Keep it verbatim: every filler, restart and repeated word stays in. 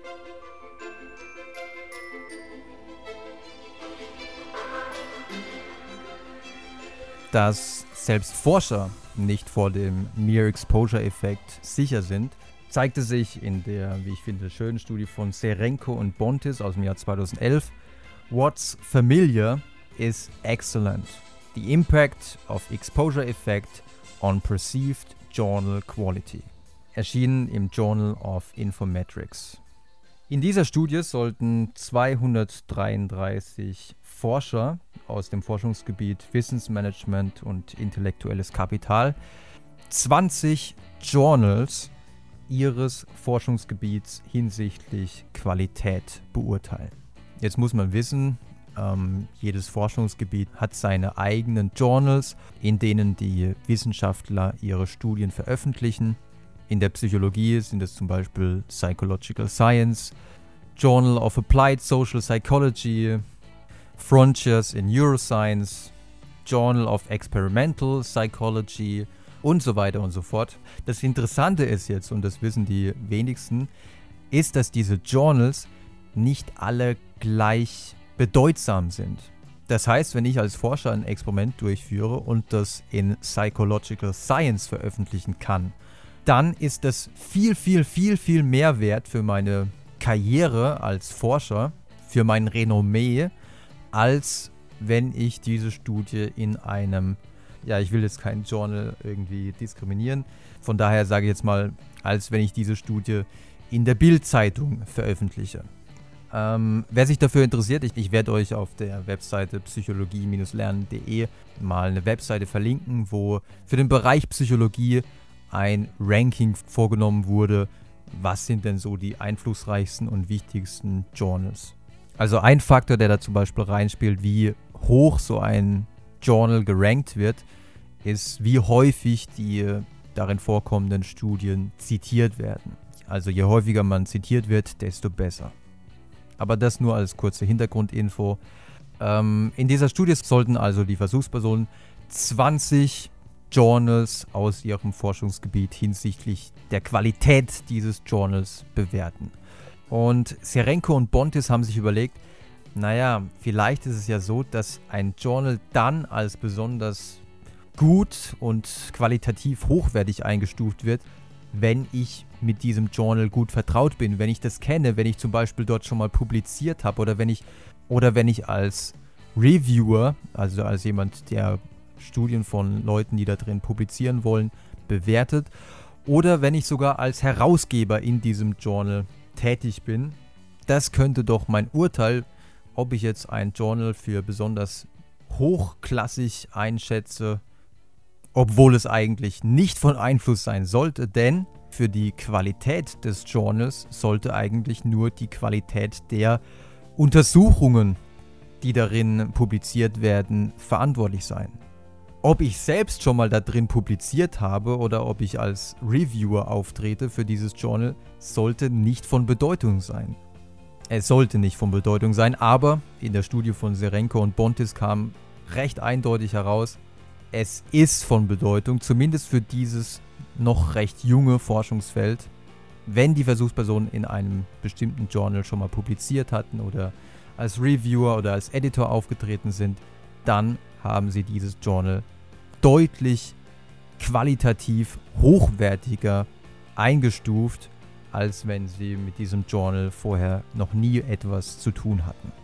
Dass selbst Forscher nicht vor dem Mere-Exposure-Effekt sicher sind, zeigte sich in der, wie ich finde, schönen Studie von Serenko und Bontis aus dem Jahr zweitausendelf. What's familiar is excellent. The impact of exposure effect on perceived journal quality. Erschienen im Journal of Informatics. In dieser Studie sollten zweihundertdreiunddreißig Forscher aus dem Forschungsgebiet Wissensmanagement und intellektuelles Kapital zwanzig Journals ihres Forschungsgebiets hinsichtlich Qualität beurteilen. Jetzt muss man wissen, ähm, jedes Forschungsgebiet hat seine eigenen Journals, in denen die Wissenschaftler ihre Studien veröffentlichen. In der Psychologie sind es zum Beispiel Psychological Science, Journal of Applied Social Psychology, Frontiers in Neuroscience, Journal of Experimental Psychology und so weiter und so fort. Das Interessante ist jetzt, und das wissen die wenigsten, ist, dass diese Journals nicht alle gleich bedeutsam sind. Das heißt, wenn ich als Forscher ein Experiment durchführe und das in Psychological Science veröffentlichen kann, dann ist das viel, viel, viel, viel mehr wert für meine Karriere als Forscher, für mein Renommee, als wenn ich diese Studie in einem, ja, ich will jetzt kein Journal irgendwie diskriminieren, von daher sage ich jetzt mal, als wenn ich diese Studie in der Bild-Zeitung veröffentliche. Ähm, wer sich dafür interessiert, ich, ich werde euch auf der Webseite psychologie lernen punkt de mal eine Webseite verlinken, wo für den Bereich Psychologie ein Ranking vorgenommen wurde, was sind denn so die einflussreichsten und wichtigsten Journals. Also ein Faktor, der da zum Beispiel reinspielt, wie hoch so ein Journal gerankt wird, ist, wie häufig die darin vorkommenden Studien zitiert werden. Also je häufiger man zitiert wird, desto besser. Aber das nur als kurze Hintergrundinfo. Ähm, in dieser Studie sollten also die Versuchspersonen zwanzig Journals aus ihrem Forschungsgebiet hinsichtlich der Qualität dieses Journals bewerten. Und Serenko und Bontis haben sich überlegt, naja, vielleicht ist es ja so, dass ein Journal dann als besonders gut und qualitativ hochwertig eingestuft wird, wenn ich mit diesem Journal gut vertraut bin, wenn ich das kenne, wenn ich zum Beispiel dort schon mal publiziert habe oder wenn ich, oder wenn ich als Reviewer, also als jemand, der Studien von Leuten, die da drin publizieren wollen, bewertet, oder wenn ich sogar als Herausgeber in diesem Journal tätig bin. Das könnte doch mein Urteil, ob ich jetzt ein Journal für besonders hochklassig einschätze, obwohl es eigentlich nicht von Einfluss sein sollte, denn für die Qualität des Journals sollte eigentlich nur die Qualität der Untersuchungen, die darin publiziert werden, verantwortlich sein. Ob ich selbst schon mal da drin publiziert habe oder ob ich als Reviewer auftrete für dieses Journal, sollte nicht von Bedeutung sein. Es sollte nicht von Bedeutung sein, aber in der Studie von Serenko und Bontis kam recht eindeutig heraus, es ist von Bedeutung, zumindest für dieses noch recht junge Forschungsfeld, wenn die Versuchspersonen in einem bestimmten Journal schon mal publiziert hatten oder als Reviewer oder als Editor aufgetreten sind, dann haben sie dieses Journal deutlich qualitativ hochwertiger eingestuft, als wenn sie mit diesem Journal vorher noch nie etwas zu tun hatten.